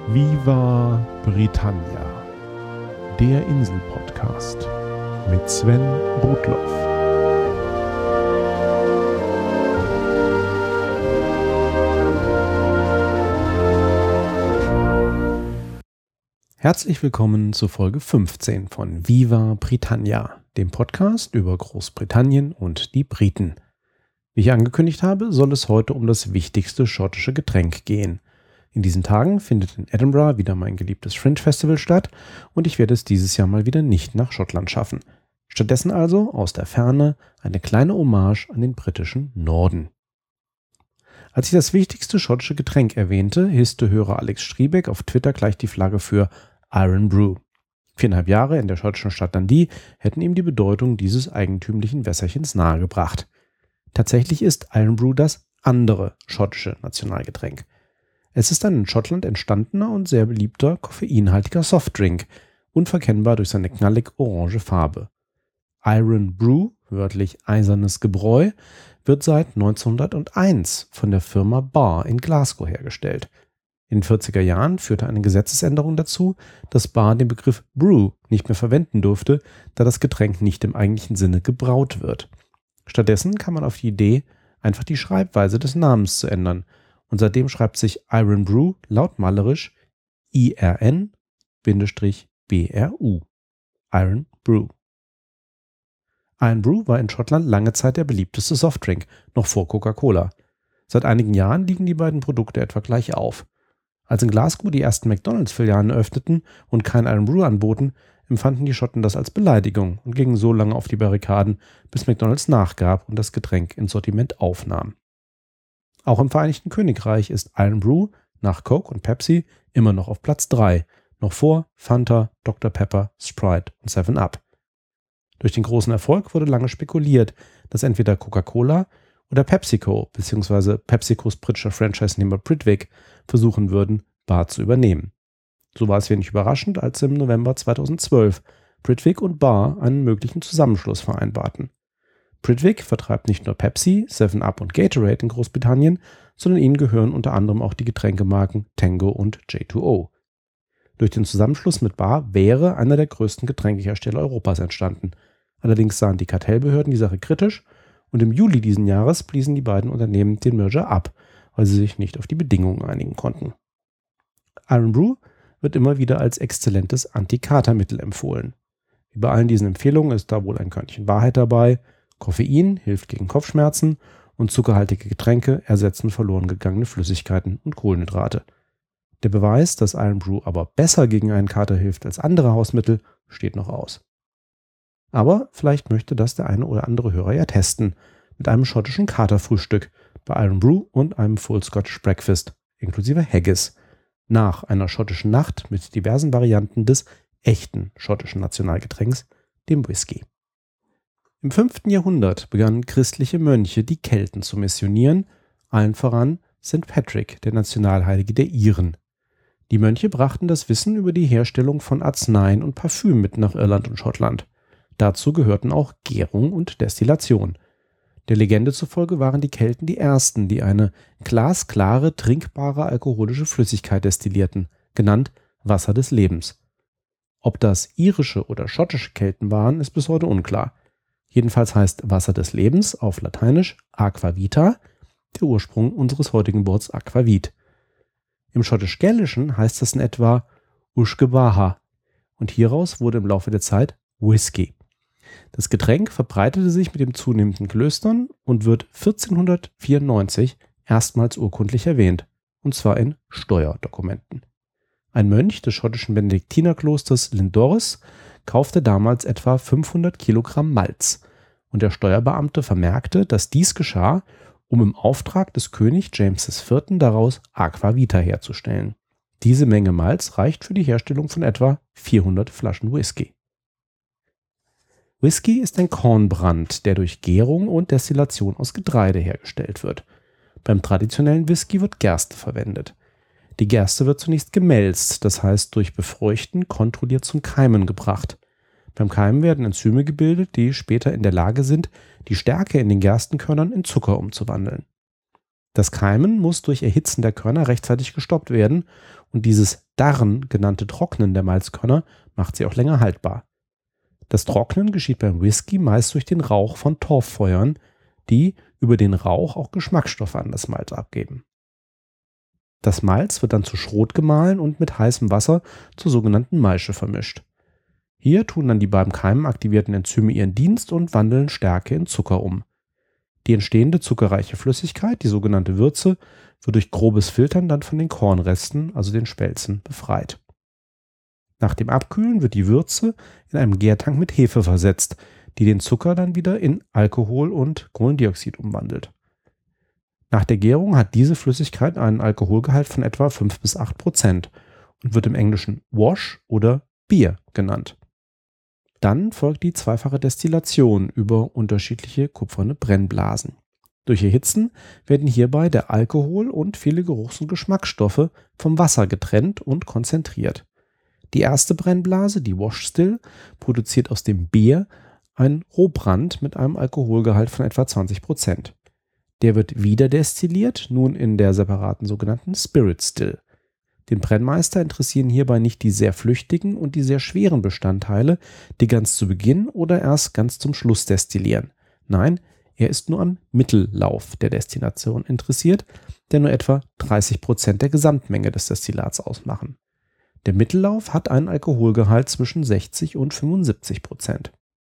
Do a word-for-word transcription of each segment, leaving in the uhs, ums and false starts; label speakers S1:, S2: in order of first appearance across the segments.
S1: Viva Britannia, der Insel-Podcast mit Sven Rudloff. Herzlich willkommen zu Folge fünfzehn von Viva Britannia, dem Podcast über Großbritannien und die Briten. Wie ich angekündigt habe, soll es heute um das wichtigste schottische Getränk gehen. In diesen Tagen findet in Edinburgh wieder mein geliebtes Fringe Festival statt und ich werde es dieses Jahr mal wieder nicht nach Schottland schaffen. Stattdessen also aus der Ferne eine kleine Hommage an den britischen Norden. Als ich das wichtigste schottische Getränk erwähnte, hisste Hörer Alex Striebeck auf Twitter gleich die Flagge für Irn-Bru. Viereinhalb Jahre in der schottischen Stadt Dundee hätten ihm die Bedeutung dieses eigentümlichen Wässerchens nahegebracht. Tatsächlich ist Irn-Bru das andere schottische Nationalgetränk. Es ist ein in Schottland entstandener und sehr beliebter koffeinhaltiger Softdrink, unverkennbar durch seine knallig orange Farbe. Irn-Bru, wörtlich eisernes Gebräu, wird seit neunzehnhunderteins von der Firma Bar in Glasgow hergestellt. In den vierziger Jahren führte eine Gesetzesänderung dazu, dass Bar den Begriff Brew nicht mehr verwenden durfte, da das Getränk nicht im eigentlichen Sinne gebraut wird. Stattdessen kam man auf die Idee, einfach die Schreibweise des Namens zu ändern. Und seitdem schreibt sich Irn-Bru lautmalerisch I R N B R U. Irn-Bru. Irn-Bru war in Schottland lange Zeit der beliebteste Softdrink, noch vor Coca-Cola. Seit einigen Jahren liegen die beiden Produkte etwa gleich auf. Als in Glasgow die ersten McDonalds-Filialen öffneten und kein Irn-Bru anboten, empfanden die Schotten das als Beleidigung und gingen so lange auf die Barrikaden, bis McDonalds nachgab und das Getränk ins Sortiment aufnahm. Auch im Vereinigten Königreich ist Irn-Bru nach Coke und Pepsi immer noch auf Platz drei, noch vor Fanta, Doktor Pepper, Sprite und seven up. Durch den großen Erfolg wurde lange spekuliert, dass entweder Coca-Cola oder PepsiCo bzw. PepsiCos britischer Franchise-Nehmer Britvic versuchen würden, Bar zu übernehmen. So war es wenig überraschend, als im November zweitausendzwölf Britvic und Bar einen möglichen Zusammenschluss vereinbarten. Britvic vertreibt nicht nur Pepsi, seven up und Gatorade in Großbritannien, sondern ihnen gehören unter anderem auch die Getränkemarken Tango und J two O. Durch den Zusammenschluss mit Bar wäre einer der größten Getränkehersteller Europas entstanden. Allerdings sahen die Kartellbehörden die Sache kritisch und im Juli diesen Jahres bliesen die beiden Unternehmen den Merger ab, weil sie sich nicht auf die Bedingungen einigen konnten. Irn-Bru wird immer wieder als exzellentes Antikatermittel empfohlen. Wie bei allen diesen Empfehlungen ist da wohl ein Körnchen Wahrheit dabei. Koffein hilft gegen Kopfschmerzen und zuckerhaltige Getränke ersetzen verloren gegangene Flüssigkeiten und Kohlenhydrate. Der Beweis, dass Irn-Bru aber besser gegen einen Kater hilft als andere Hausmittel, steht noch aus. Aber vielleicht möchte das der eine oder andere Hörer ja testen, mit einem schottischen Katerfrühstück bei Irn-Bru und einem Full Scottish Breakfast inklusive Haggis, nach einer schottischen Nacht mit diversen Varianten des echten schottischen Nationalgetränks, dem Whisky. Im fünften Jahrhundert begannen christliche Mönche, die Kelten zu missionieren, allen voran Sankt Patrick, der Nationalheilige der Iren. Die Mönche brachten das Wissen über die Herstellung von Arzneien und Parfüm mit nach Irland und Schottland. Dazu gehörten auch Gärung und Destillation. Der Legende zufolge waren die Kelten die ersten, die eine glasklare, trinkbare alkoholische Flüssigkeit destillierten, genannt Wasser des Lebens. Ob das irische oder schottische Kelten waren, ist bis heute unklar. Jedenfalls heißt Wasser des Lebens auf Lateinisch Aqua-Vita, der Ursprung unseres heutigen Worts Aquavit. Im Schottisch-Gälischen heißt das in etwa Ushgebaha und hieraus wurde im Laufe der Zeit Whisky. Das Getränk verbreitete sich mit dem zunehmenden Klöstern und wird vierzehnhundertvierundneunzig erstmals urkundlich erwähnt, und zwar in Steuerdokumenten. Ein Mönch des schottischen Benediktinerklosters Lindores kaufte damals etwa fünfhundert Kilogramm Malz und der Steuerbeamte vermerkte, dass dies geschah, um im Auftrag des König James der Vierte. Daraus Aquavita herzustellen. Diese Menge Malz reicht für die Herstellung von etwa vierhundert Flaschen Whisky. Whisky ist ein Kornbrand, der durch Gärung und Destillation aus Getreide hergestellt wird. Beim traditionellen Whisky wird Gerste verwendet. Die Gerste wird zunächst gemälzt, das heißt durch Befeuchten kontrolliert zum Keimen gebracht. Beim Keimen werden Enzyme gebildet, die später in der Lage sind, die Stärke in den Gerstenkörnern in Zucker umzuwandeln. Das Keimen muss durch Erhitzen der Körner rechtzeitig gestoppt werden und dieses Darren genannte Trocknen der Malzkörner macht sie auch länger haltbar. Das Trocknen geschieht beim Whisky meist durch den Rauch von Torffeuern, die über den Rauch auch Geschmacksstoffe an das Malz abgeben. Das Malz wird dann zu Schrot gemahlen und mit heißem Wasser zur sogenannten Maische vermischt. Hier tun dann die beim Keimen aktivierten Enzyme ihren Dienst und wandeln Stärke in Zucker um. Die entstehende zuckerreiche Flüssigkeit, die sogenannte Würze, wird durch grobes Filtern dann von den Kornresten, also den Spelzen, befreit. Nach dem Abkühlen wird die Würze in einem Gärtank mit Hefe versetzt, die den Zucker dann wieder in Alkohol und Kohlendioxid umwandelt. Nach der Gärung hat diese Flüssigkeit einen Alkoholgehalt von etwa fünf bis acht Prozent und wird im Englischen Wash oder Bier genannt. Dann folgt die zweifache Destillation über unterschiedliche kupferne Brennblasen. Durch Erhitzen werden hierbei der Alkohol und viele Geruchs- und Geschmacksstoffe vom Wasser getrennt und konzentriert. Die erste Brennblase, die Wash Still, produziert aus dem Bier einen Rohbrand mit einem Alkoholgehalt von etwa zwanzig Prozent. Der wird wieder destilliert, nun in der separaten sogenannten Spirit Still. Den Brennmeister interessieren hierbei nicht die sehr flüchtigen und die sehr schweren Bestandteile, die ganz zu Beginn oder erst ganz zum Schluss destillieren. Nein, er ist nur am Mittellauf der Destillation interessiert, der nur etwa dreißig Prozent der Gesamtmenge des Destillats ausmachen. Der Mittellauf hat einen Alkoholgehalt zwischen sechzig und fünfundsiebzig Prozent.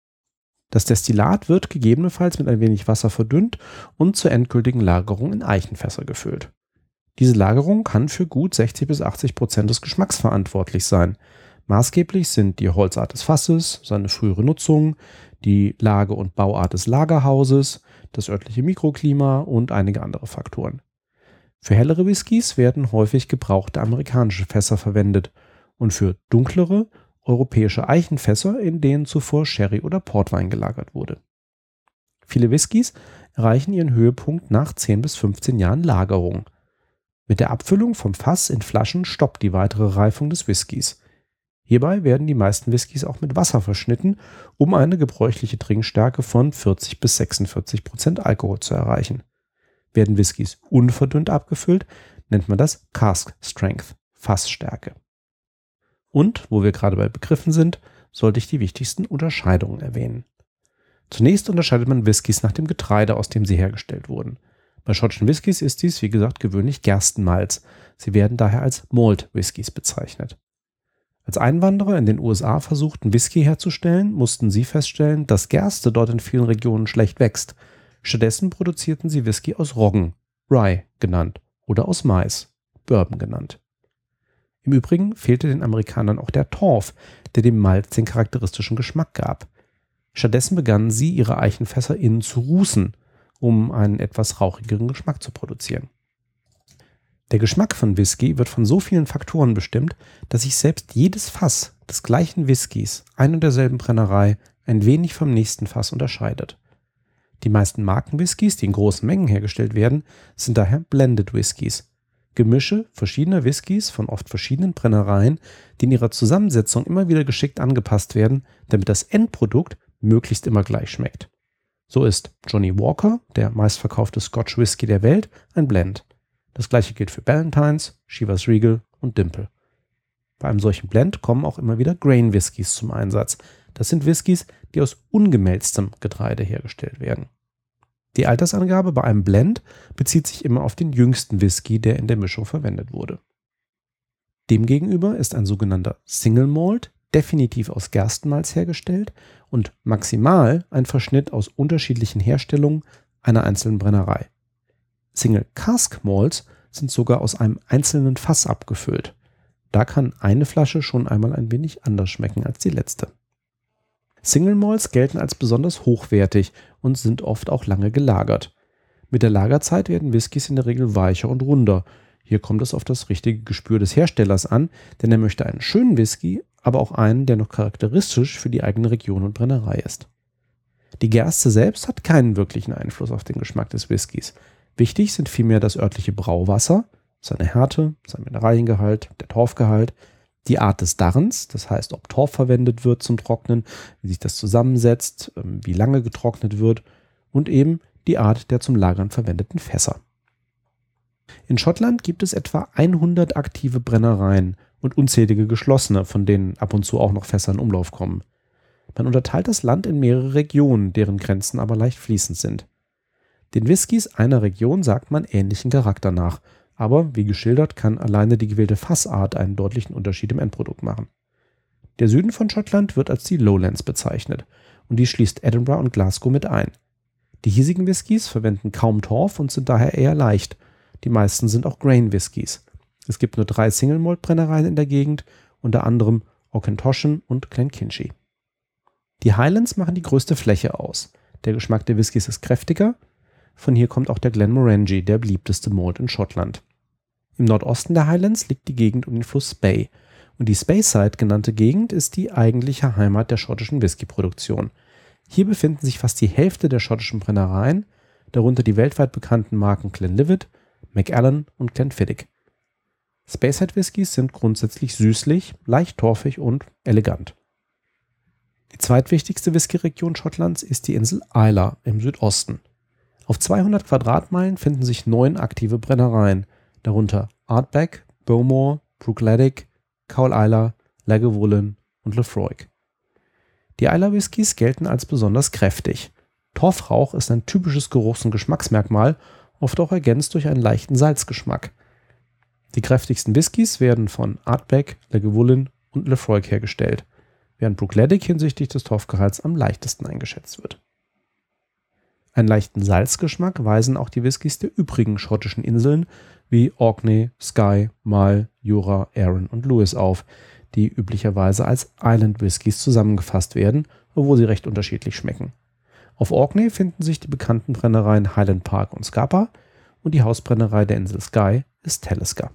S1: Das Destillat wird gegebenenfalls mit ein wenig Wasser verdünnt und zur endgültigen Lagerung in Eichenfässer gefüllt. Diese Lagerung kann für gut sechzig bis achtzig Prozent des Geschmacks verantwortlich sein. Maßgeblich sind die Holzart des Fasses, seine frühere Nutzung, die Lage- und Bauart des Lagerhauses, das örtliche Mikroklima und einige andere Faktoren. Für hellere Whiskys werden häufig gebrauchte amerikanische Fässer verwendet und für dunklere europäische Eichenfässer, in denen zuvor Sherry oder Portwein gelagert wurde. Viele Whiskys erreichen ihren Höhepunkt nach zehn bis fünfzehn Jahren Lagerung. Mit der Abfüllung vom Fass in Flaschen stoppt die weitere Reifung des Whiskys. Hierbei werden die meisten Whiskys auch mit Wasser verschnitten, um eine gebräuchliche Trinkstärke von vierzig bis sechsundvierzig Prozent Alkohol zu erreichen. Werden Whiskys unverdünnt abgefüllt, nennt man das Cask Strength, Fassstärke. Und, wo wir gerade bei Begriffen sind, sollte ich die wichtigsten Unterscheidungen erwähnen. Zunächst unterscheidet man Whiskys nach dem Getreide, aus dem sie hergestellt wurden. Bei schottischen Whiskys ist dies, wie gesagt, gewöhnlich Gerstenmalz. Sie werden daher als Malt Whiskys bezeichnet. Als Einwanderer in den U S A versuchten, Whisky herzustellen, mussten sie feststellen, dass Gerste dort in vielen Regionen schlecht wächst. Stattdessen produzierten sie Whisky aus Roggen, Rye genannt, oder aus Mais, Bourbon genannt. Im Übrigen fehlte den Amerikanern auch der Torf, der dem Malz den charakteristischen Geschmack gab. Stattdessen begannen sie, ihre Eichenfässer innen zu rußen, um einen etwas rauchigeren Geschmack zu produzieren. Der Geschmack von Whisky wird von so vielen Faktoren bestimmt, dass sich selbst jedes Fass des gleichen Whiskys ein und derselben Brennerei ein wenig vom nächsten Fass unterscheidet. Die meisten Markenwhiskys, die in großen Mengen hergestellt werden, sind daher Blended Whiskys. Gemische verschiedener Whiskys von oft verschiedenen Brennereien, die in ihrer Zusammensetzung immer wieder geschickt angepasst werden, damit das Endprodukt möglichst immer gleich schmeckt. So ist Johnnie Walker, der meistverkaufte Scotch Whisky der Welt, ein Blend. Das gleiche gilt für Ballantine's, Chivas Regal und Dimple. Bei einem solchen Blend kommen auch immer wieder Grain Whiskys zum Einsatz. Das sind Whiskys, die aus ungemälztem Getreide hergestellt werden. Die Altersangabe bei einem Blend bezieht sich immer auf den jüngsten Whisky, der in der Mischung verwendet wurde. Demgegenüber ist ein sogenannter Single Malt definitiv aus Gerstenmalz hergestellt und maximal ein Verschnitt aus unterschiedlichen Herstellungen einer einzelnen Brennerei. Single Cask Malts sind sogar aus einem einzelnen Fass abgefüllt. Da kann eine Flasche schon einmal ein wenig anders schmecken als die letzte. Single Malts gelten als besonders hochwertig und sind oft auch lange gelagert. Mit der Lagerzeit werden Whiskys in der Regel weicher und runder. Hier kommt es auf das richtige Gespür des Herstellers an, denn er möchte einen schönen Whisky, aber auch einen, der noch charakteristisch für die eigene Region und Brennerei ist. Die Gerste selbst hat keinen wirklichen Einfluss auf den Geschmack des Whiskys. Wichtig sind vielmehr das örtliche Brauwasser, seine Härte, sein Mineraliengehalt, der Torfgehalt, die Art des Darrens, das heißt, ob Torf verwendet wird zum Trocknen, wie sich das zusammensetzt, wie lange getrocknet wird und eben die Art der zum Lagern verwendeten Fässer. In Schottland gibt es etwa hundert aktive Brennereien und unzählige geschlossene, von denen ab und zu auch noch Fässer in Umlauf kommen. Man unterteilt das Land in mehrere Regionen, deren Grenzen aber leicht fließend sind. Den Whiskys einer Region sagt man ähnlichen Charakter nach, aber wie geschildert kann alleine die gewählte Fassart einen deutlichen Unterschied im Endprodukt machen. Der Süden von Schottland wird als die Lowlands bezeichnet und dies schließt Edinburgh und Glasgow mit ein. Die hiesigen Whiskys verwenden kaum Torf und sind daher eher leicht. Die meisten sind auch Grain Whiskys. Es gibt nur drei Single-Malt-Brennereien in der Gegend, unter anderem Auchentoshan und Glenkinchie. Die Highlands machen die größte Fläche aus. Der Geschmack der Whiskys ist kräftiger. Von hier kommt auch der Glenmorangie, der beliebteste Malt in Schottland. Im Nordosten der Highlands liegt die Gegend um den Fluss Spey. Und die Speyside genannte Gegend ist die eigentliche Heimat der schottischen Whiskyproduktion. Hier befinden sich fast die Hälfte der schottischen Brennereien, darunter die weltweit bekannten Marken Glenlivet, Macallan und Glenfiddich. Speyside Whiskys sind grundsätzlich süßlich, leicht torfig und elegant. Die zweitwichtigste Whiskyregion Schottlands ist die Insel Islay im Südosten. Auf zweihundert Quadratmeilen finden sich neun aktive Brennereien, darunter Ardbeg, Bowmore, Bruichladdich, Caol Ila, Lagavulin und Laphroaig. Die Islay Whiskys gelten als besonders kräftig. Torfrauch ist ein typisches Geruchs- und Geschmacksmerkmal, oft auch ergänzt durch einen leichten Salzgeschmack. Die kräftigsten Whiskys werden von Ardbeg, Lagavulin und Laphroaig hergestellt, während Bruichladdich hinsichtlich des Torfgehalts am leichtesten eingeschätzt wird. Einen leichten Salzgeschmack weisen auch die Whiskys der übrigen schottischen Inseln wie Orkney, Skye, Mull, Jura, Arran und Lewis auf, die üblicherweise als Island Whiskys zusammengefasst werden, obwohl sie recht unterschiedlich schmecken. Auf Orkney finden sich die bekannten Brennereien Highland Park und Scapa und die Hausbrennerei der Insel Skye ist Talisker.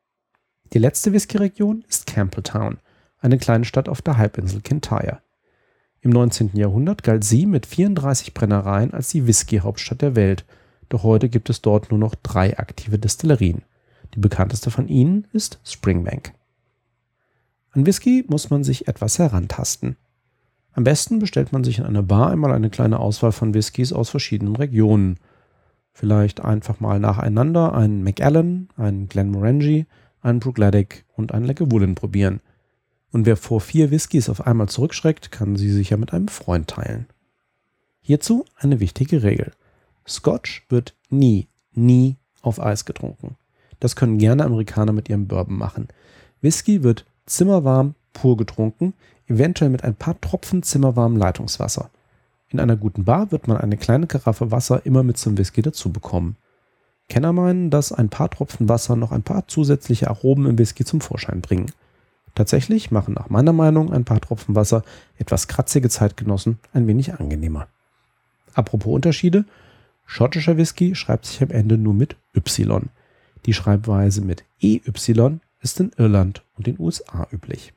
S1: Die letzte Whiskyregion ist Campbelltown, eine kleine Stadt auf der Halbinsel Kintyre. Im neunzehnten Jahrhundert galt sie mit vierunddreißig Brennereien als die Whisky-Hauptstadt der Welt, doch heute gibt es dort nur noch drei aktive Destillerien. Die bekannteste von ihnen ist Springbank. An Whisky muss man sich etwas herantasten. Am besten bestellt man sich in einer Bar einmal eine kleine Auswahl von Whiskys aus verschiedenen Regionen. Vielleicht einfach mal nacheinander einen Macallan, einen Glenmorangie, einen Bruichladdich und einen Lagavulin probieren. Und wer vor vier Whiskys auf einmal zurückschreckt, kann sie sicher mit einem Freund teilen. Hierzu eine wichtige Regel. Scotch wird nie, nie auf Eis getrunken. Das können gerne Amerikaner mit ihrem Bourbon machen. Whisky wird zimmerwarm, pur getrunken, eventuell mit ein paar Tropfen zimmerwarmem Leitungswasser. In einer guten Bar wird man eine kleine Karaffe Wasser immer mit zum Whisky dazu bekommen. Kenner meinen, dass ein paar Tropfen Wasser noch ein paar zusätzliche Aromen im Whisky zum Vorschein bringen. Tatsächlich machen nach meiner Meinung ein paar Tropfen Wasser etwas kratzige Zeitgenossen ein wenig angenehmer. Apropos Unterschiede, schottischer Whisky schreibt sich am Ende nur mit Y. Die Schreibweise mit E Y ist in Irland und den U S A üblich.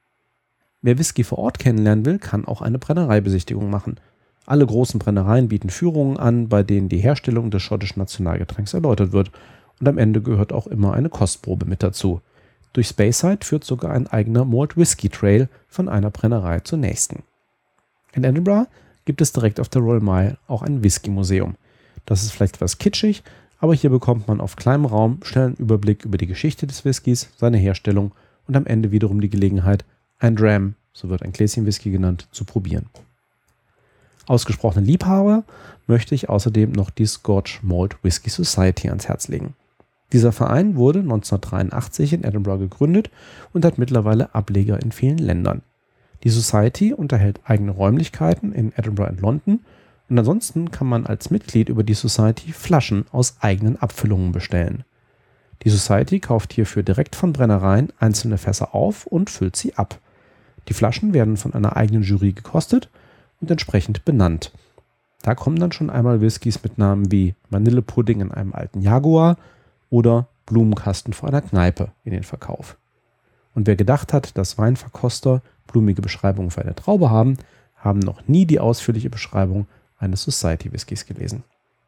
S1: Wer Whisky vor Ort kennenlernen will, kann auch eine Brennereibesichtigung machen. Alle großen Brennereien bieten Führungen an, bei denen die Herstellung des schottischen Nationalgetränks erläutert wird. Und am Ende gehört auch immer eine Kostprobe mit dazu. Durch Speyside führt sogar ein eigener Malt Whisky Trail von einer Brennerei zur nächsten. In Edinburgh gibt es direkt auf der Royal Mile auch ein Whisky-Museum. Das ist vielleicht etwas kitschig, aber hier bekommt man auf kleinem Raum schnell einen Überblick über die Geschichte des Whiskys, seine Herstellung und am Ende wiederum die Gelegenheit, ein Dram, so wird ein Gläschen Whisky genannt, zu probieren. Ausgesprochene Liebhaber möchte ich außerdem noch die Scotch Malt Whisky Society ans Herz legen. Dieser Verein wurde neunzehnhundertdreiundachtzig in Edinburgh gegründet und hat mittlerweile Ableger in vielen Ländern. Die Society unterhält eigene Räumlichkeiten in Edinburgh und London und ansonsten kann man als Mitglied über die Society Flaschen aus eigenen Abfüllungen bestellen. Die Society kauft hierfür direkt von Brennereien einzelne Fässer auf und füllt sie ab. Die Flaschen werden von einer eigenen Jury gekostet und entsprechend benannt. Da kommen dann schon einmal Whiskys mit Namen wie Vanillepudding in einem alten Jaguar oder Blumenkasten vor einer Kneipe in den Verkauf. Und wer gedacht hat, dass Weinverkoster blumige Beschreibungen für eine Traube haben, haben noch nie die ausführliche Beschreibung eines Society Whiskys gelesen.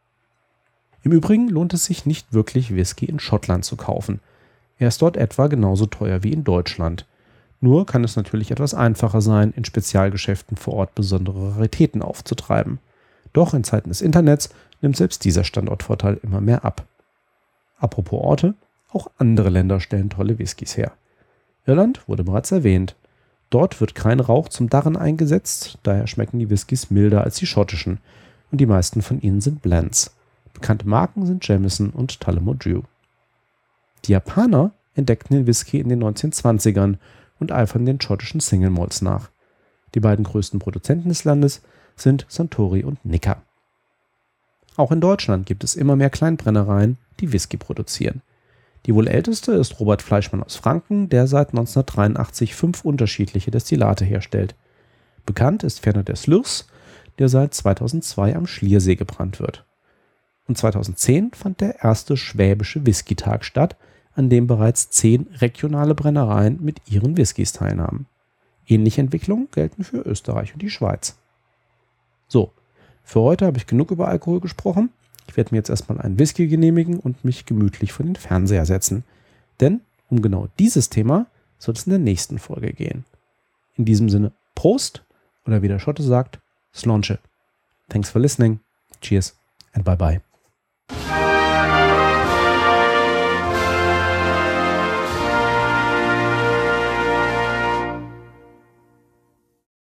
S1: Im Übrigen lohnt es sich nicht wirklich, Whisky in Schottland zu kaufen. Er ist dort etwa genauso teuer wie in Deutschland. Nur kann es natürlich etwas einfacher sein, in Spezialgeschäften vor Ort besondere Raritäten aufzutreiben. Doch in Zeiten des Internets nimmt selbst dieser Standortvorteil immer mehr ab. Apropos Orte, auch andere Länder stellen tolle Whiskys her. Irland wurde bereits erwähnt. Dort wird kein Rauch zum Darren eingesetzt, daher schmecken die Whiskys milder als die schottischen und die meisten von ihnen sind Blends. Bekannte Marken sind Jameson und Tullamore Dew. Die Japaner entdeckten den Whisky in den neunzehnhundertzwanzigern und eifern den schottischen Single Malts nach. Die beiden größten Produzenten des Landes sind Suntory und Nikka. Auch in Deutschland gibt es immer mehr Kleinbrennereien, die Whisky produzieren. Die wohl älteste ist Robert Fleischmann aus Franken, der seit neunzehnhundertdreiundachtzig fünf unterschiedliche Destillate herstellt. Bekannt ist ferner der Sluis, der seit zweitausendzwei am Schliersee gebrannt wird. Und zweitausendzehn fand der erste schwäbische Whisky-Tag statt, an dem bereits zehn regionale Brennereien mit ihren Whiskys teilnahmen. Ähnliche Entwicklungen gelten für Österreich und die Schweiz. So, für heute habe ich genug über Alkohol gesprochen. Ich werde mir jetzt erstmal einen Whisky genehmigen und mich gemütlich vor den Fernseher setzen. Denn um genau dieses Thema soll es in der nächsten Folge gehen. In diesem Sinne, Prost oder wie der Schotte sagt, Slàinte. Thanks for listening. Cheers and bye bye.